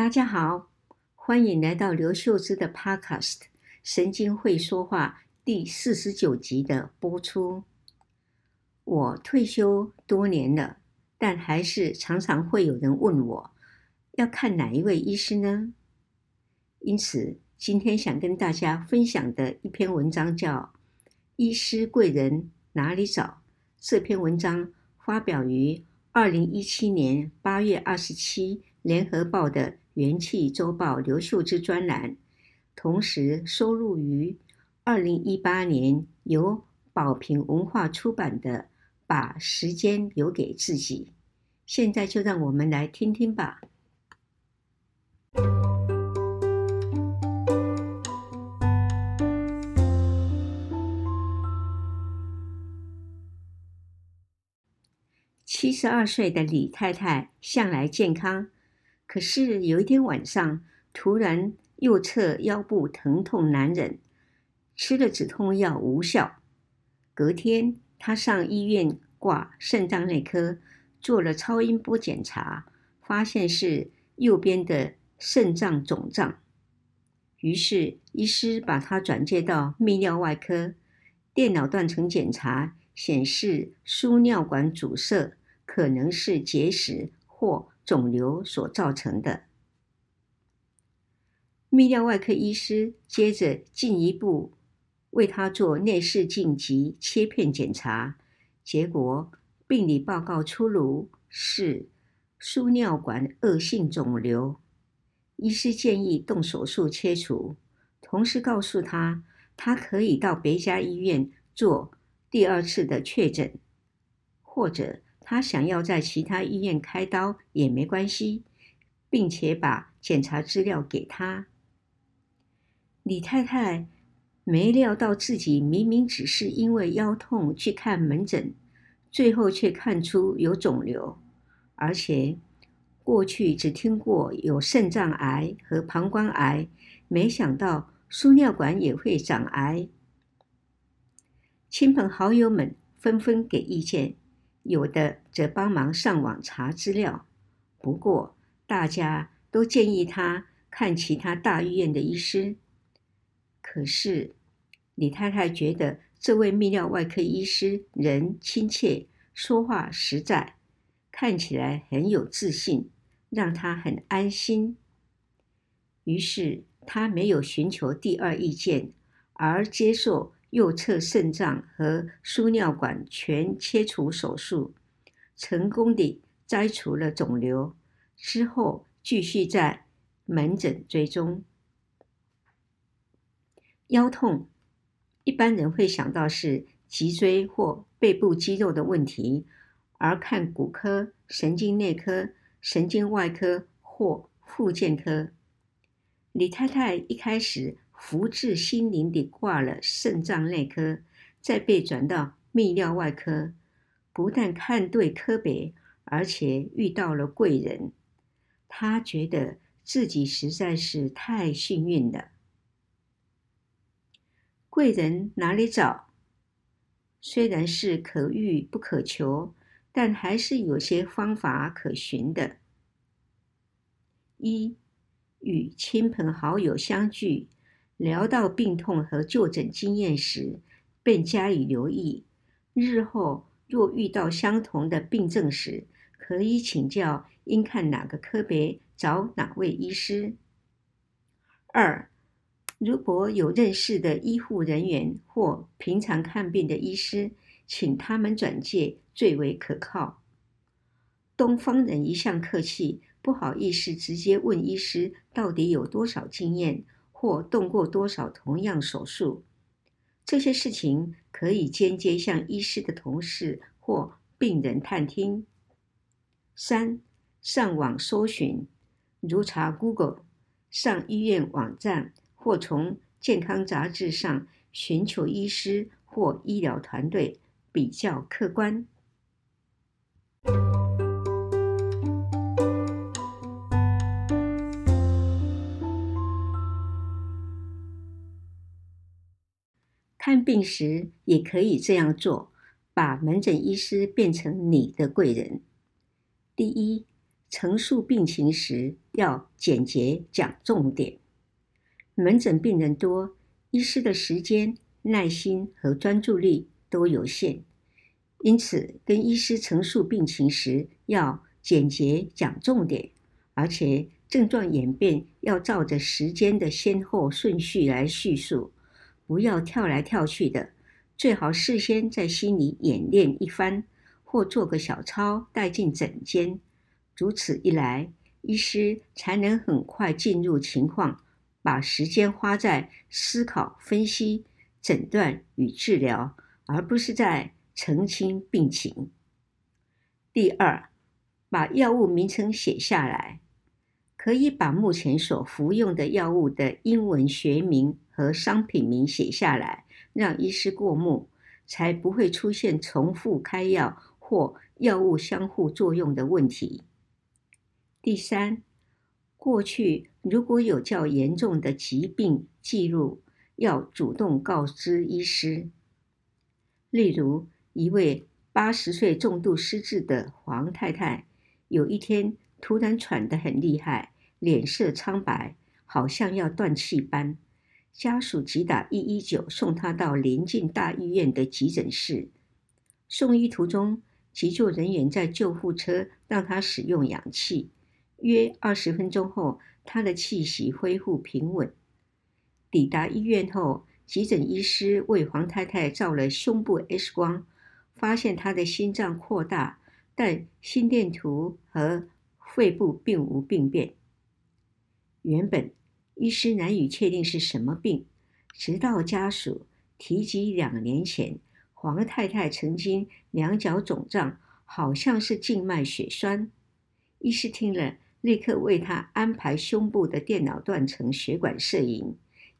大家好，欢迎来到刘秀芝的 Podcast 神经会说话第49集的播出。我退休多年了，但还是常常会有人问我，要看哪一位医师呢？因此，今天想跟大家分享的一篇文章叫《医师贵人哪里找》。这篇文章发表于2017年8月27联合报的元气周报刘秀芝专栏，同时收录于2018年由宝瓶文化出版的《把时间留给自己》。现在就让我们来听听吧。72岁的李太太向来健康，可是有一天晚上，突然右侧腰部疼痛难忍，吃了止痛药无效。隔天，她上医院挂肾脏内科，做了超音波检查，发现是右边的肾脏肿胀。于是，医师把她转介到泌尿外科，电脑断层检查显示输尿管阻塞，可能是结石或肿瘤所造成的。泌尿外科医师接着进一步为他做内视镜及切片检查，结果病理报告出炉，是输尿管恶性肿瘤。医师建议动手术切除，同时告诉他可以到别家医院做第二次的确诊，或者他想要在其他医院开刀也没关系，并且把检查资料给他。李太太没料到自己明明只是因为腰痛去看门诊，最后却看出有肿瘤，而且过去只听过有肾脏癌和膀胱癌，没想到输尿管也会长癌。亲朋好友们纷纷给意见，有的则帮忙上网查资料，不过大家都建议他看其他大医院的医师。可是李太太觉得这位泌尿外科医师人亲切，说话实在，看起来很有自信，让她很安心。于是她没有寻求第二意见，而接受右侧肾脏和输尿管全切除手术，成功地摘除了肿瘤，之后继续在门诊追踪。腰痛，一般人会想到是脊椎或背部肌肉的问题，而看骨科、神经内科、神经外科或复健科。李太太一开始福至心灵地挂了肾脏内科，再被转到泌尿外科，不但看对科别，而且遇到了贵人。她觉得自己实在是太幸运了。贵人哪里找？虽然是可遇不可求，但还是有些方法可循的。一，与亲朋好友相聚，聊到病痛和就诊经验时，便加以留意。日后若遇到相同的病症时，可以请教应看哪个科别，找哪位医师。二，如果有认识的医护人员或平常看病的医师，请他们转介最为可靠。东方人一向客气，不好意思直接问医师到底有多少经验，或动过多少同样手术。这些事情可以间接向医师的同事或病人探听。三，上网搜寻，如查 Google， 上医院网站，或从健康杂志上寻求医师或医疗团队，比较客观。看病时也可以这样做，把门诊医师变成你的贵人。第一， 陈述病情时要简洁讲重点。门诊病人多，医师的时间、耐心和专注力都有限，因此跟医师陈述病情时要简洁讲重点，而且症状演变要照着时间的先后顺序来叙述，不要跳来跳去的，最好事先在心里演练一番，或做个小抄带进诊间。如此一来，医师才能很快进入情况，把时间花在思考、分析、诊断与治疗，而不是在澄清病情。第二，把药物名称写下来。可以把目前所服用的药物的英文学名和商品名写下来，让医师过目，才不会出现重复开药或药物相互作用的问题。第三，过去如果有较严重的疾病记录，要主动告知医师。例如，一位80岁重度失智的黄太太，有一天突然喘得很厉害，脸色苍白，好像要断气般。家属急打119送她到邻近大医院的急诊室。送医途中，急救人员在救护车让她使用氧气。约20分钟后，她的气息恢复平稳。抵达医院后，急诊医师为黄太太照了胸部 X 光，发现她的心脏扩大，但心电图和肺部并无病变。原本医师难以确定是什么病，直到家属提及2年前黄太太曾经两脚肿胀，好像是静脉血栓。医师听了，立刻为她安排胸部的电脑断层血管摄影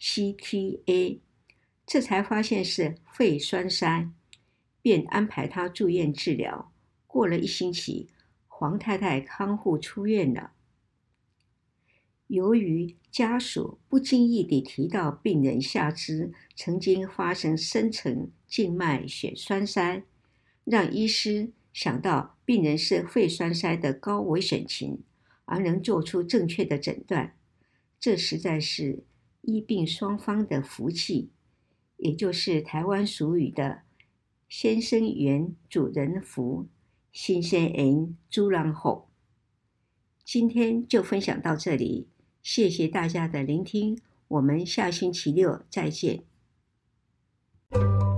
CTA， 这才发现是肺栓塞，便安排她住院治疗。过了1星期，黄太太康复出院了。由于家属不经意地提到病人下肢曾经发生深层静脉血栓塞，让医师想到病人是肺栓塞的高危险群，而能做出正确的诊断。这实在是医病双方的福气，也就是台湾俗语的先生缘主人福，新生缘主人福。今天就分享到这里，谢谢大家的聆听，我们下星期六再见。